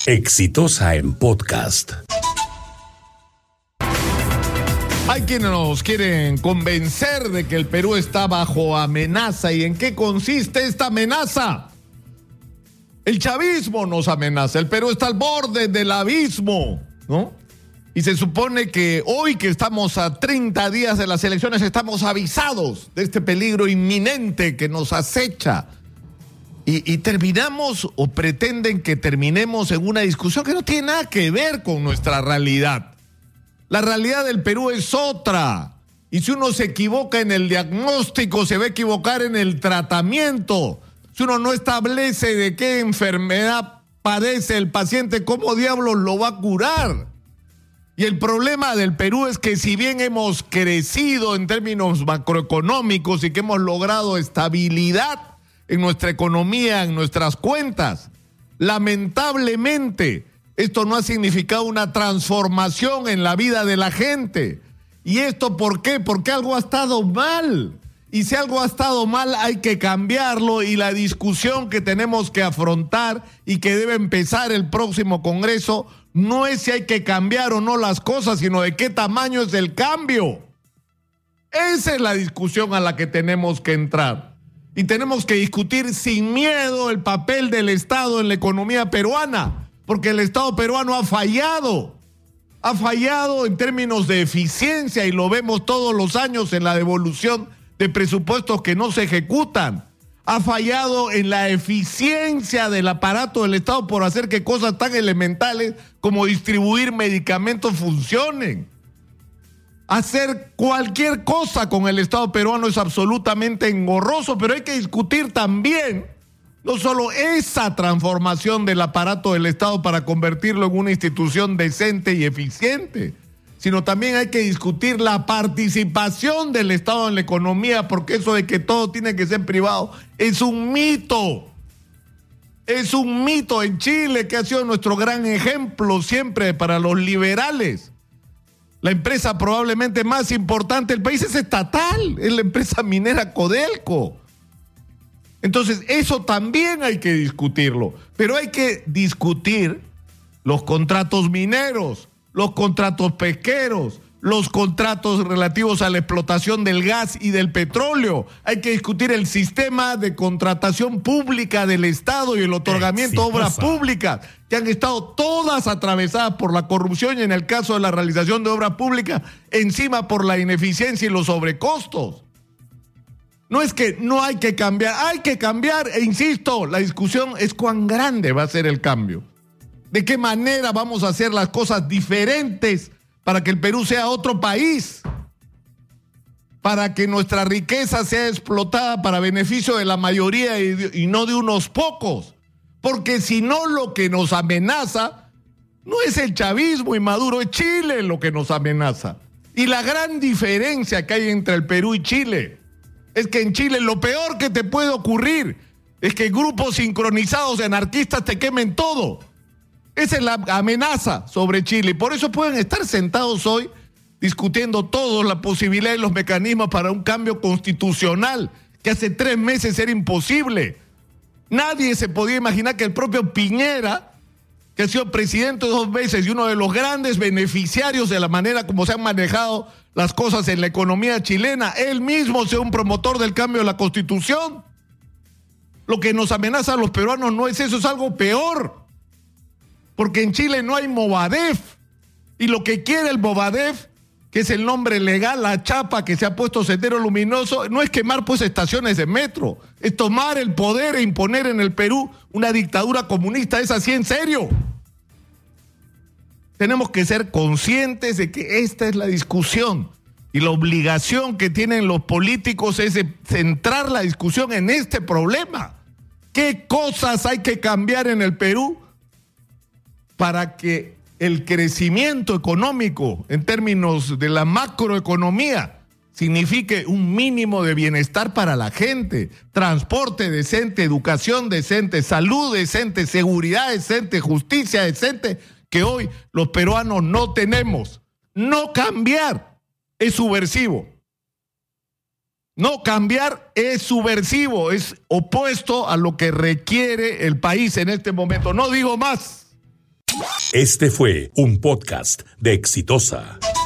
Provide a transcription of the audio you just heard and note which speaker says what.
Speaker 1: Exitosa en podcast.
Speaker 2: Hay quienes nos quieren convencer de que el Perú está bajo amenaza. ¿Y en qué consiste esta amenaza? El chavismo nos amenaza. El Perú está al borde del abismo, ¿no? Y se supone que hoy, que estamos a 30 días de las elecciones, estamos avisados de este peligro inminente que nos acecha. Y terminamos, o pretenden que terminemos, en una discusión que no tiene nada que ver con nuestra realidad. La realidad del Perú es otra. Y si uno se equivoca en el diagnóstico, se va a equivocar en el tratamiento. Si uno no establece de qué enfermedad padece el paciente, ¿cómo diablos lo va a curar? Y el problema del Perú es que, si bien hemos crecido en términos macroeconómicos y que hemos logrado estabilidad en nuestra economía, en nuestras cuentas, lamentablemente esto no ha significado una transformación en la vida de la gente. ¿Y esto por qué? Porque algo ha estado mal. Y si algo ha estado mal, hay que cambiarlo. Y la discusión que tenemos que afrontar y que debe empezar el próximo Congreso no es si hay que cambiar o no las cosas, sino de qué tamaño es el cambio. Esa es la discusión a la que tenemos que entrar. Y tenemos que discutir sin miedo el papel del Estado en la economía peruana, porque el Estado peruano ha fallado en términos de eficiencia, y lo vemos todos los años en la devolución de presupuestos que no se ejecutan. Ha fallado en la eficiencia del aparato del Estado por hacer que cosas tan elementales como distribuir medicamentos funcionen. Hacer cualquier cosa con el Estado peruano es absolutamente engorroso, pero hay que discutir también no solo esa transformación del aparato del Estado para convertirlo en una institución decente y eficiente, sino también hay que discutir la participación del Estado en la economía, porque eso de que todo tiene que ser privado es un mito. Es un mito. En Chile, que ha sido nuestro gran ejemplo siempre para los liberales, la empresa probablemente más importante del país es estatal, es la empresa minera Codelco. Entonces, eso también hay que discutirlo, pero hay que discutir los contratos mineros, los contratos pesqueros, los contratos relativos a la explotación del gas y del petróleo. Hay que discutir el sistema de contratación pública del Estado y el otorgamiento de obras públicas, que han estado todas atravesadas por la corrupción, y en el caso de la realización de obras públicas, encima por la ineficiencia y los sobrecostos. No es que no hay que cambiar, e insisto, la discusión es cuán grande va a ser el cambio. ¿De qué manera vamos a hacer las cosas diferentes para que el Perú sea otro país? Para que nuestra riqueza sea explotada para beneficio de la mayoría y no de unos pocos. Porque si no, lo que nos amenaza no es el chavismo y Maduro, es Chile lo que nos amenaza. Y la gran diferencia que hay entre el Perú y Chile es que en Chile lo peor que te puede ocurrir es que grupos sincronizados de anarquistas te quemen todo. Esa es la amenaza sobre Chile. Y por eso pueden estar sentados hoy discutiendo todos la posibilidad y los mecanismos para un cambio constitucional que hace 3 meses era imposible. Nadie se podía imaginar que el propio Piñera, que ha sido presidente 2 veces y uno de los grandes beneficiarios de la manera como se han manejado las cosas en la economía chilena, él mismo sea un promotor del cambio de la Constitución. Lo que nos amenaza a los peruanos no es eso, es algo peor. Porque en Chile no hay Movadef. Y lo que quiere el Movadef, que es el nombre legal, la chapa que se ha puesto Sendero Luminoso, no es quemar pues estaciones de metro, es tomar el poder e imponer en el Perú una dictadura comunista. Es así en serio. Tenemos que ser conscientes de que esta es la discusión, y la obligación que tienen los políticos es centrar la discusión en este problema. ¿Qué cosas hay que cambiar en el Perú para que el crecimiento económico en términos de la macroeconomía signifique un mínimo de bienestar para la gente? Transporte decente, educación decente, salud decente, seguridad decente, justicia decente, que hoy los peruanos no tenemos. No cambiar es subversivo. No cambiar es subversivo, es opuesto a lo que requiere el país en este momento. No digo más.
Speaker 1: Este fue un podcast de Exitosa.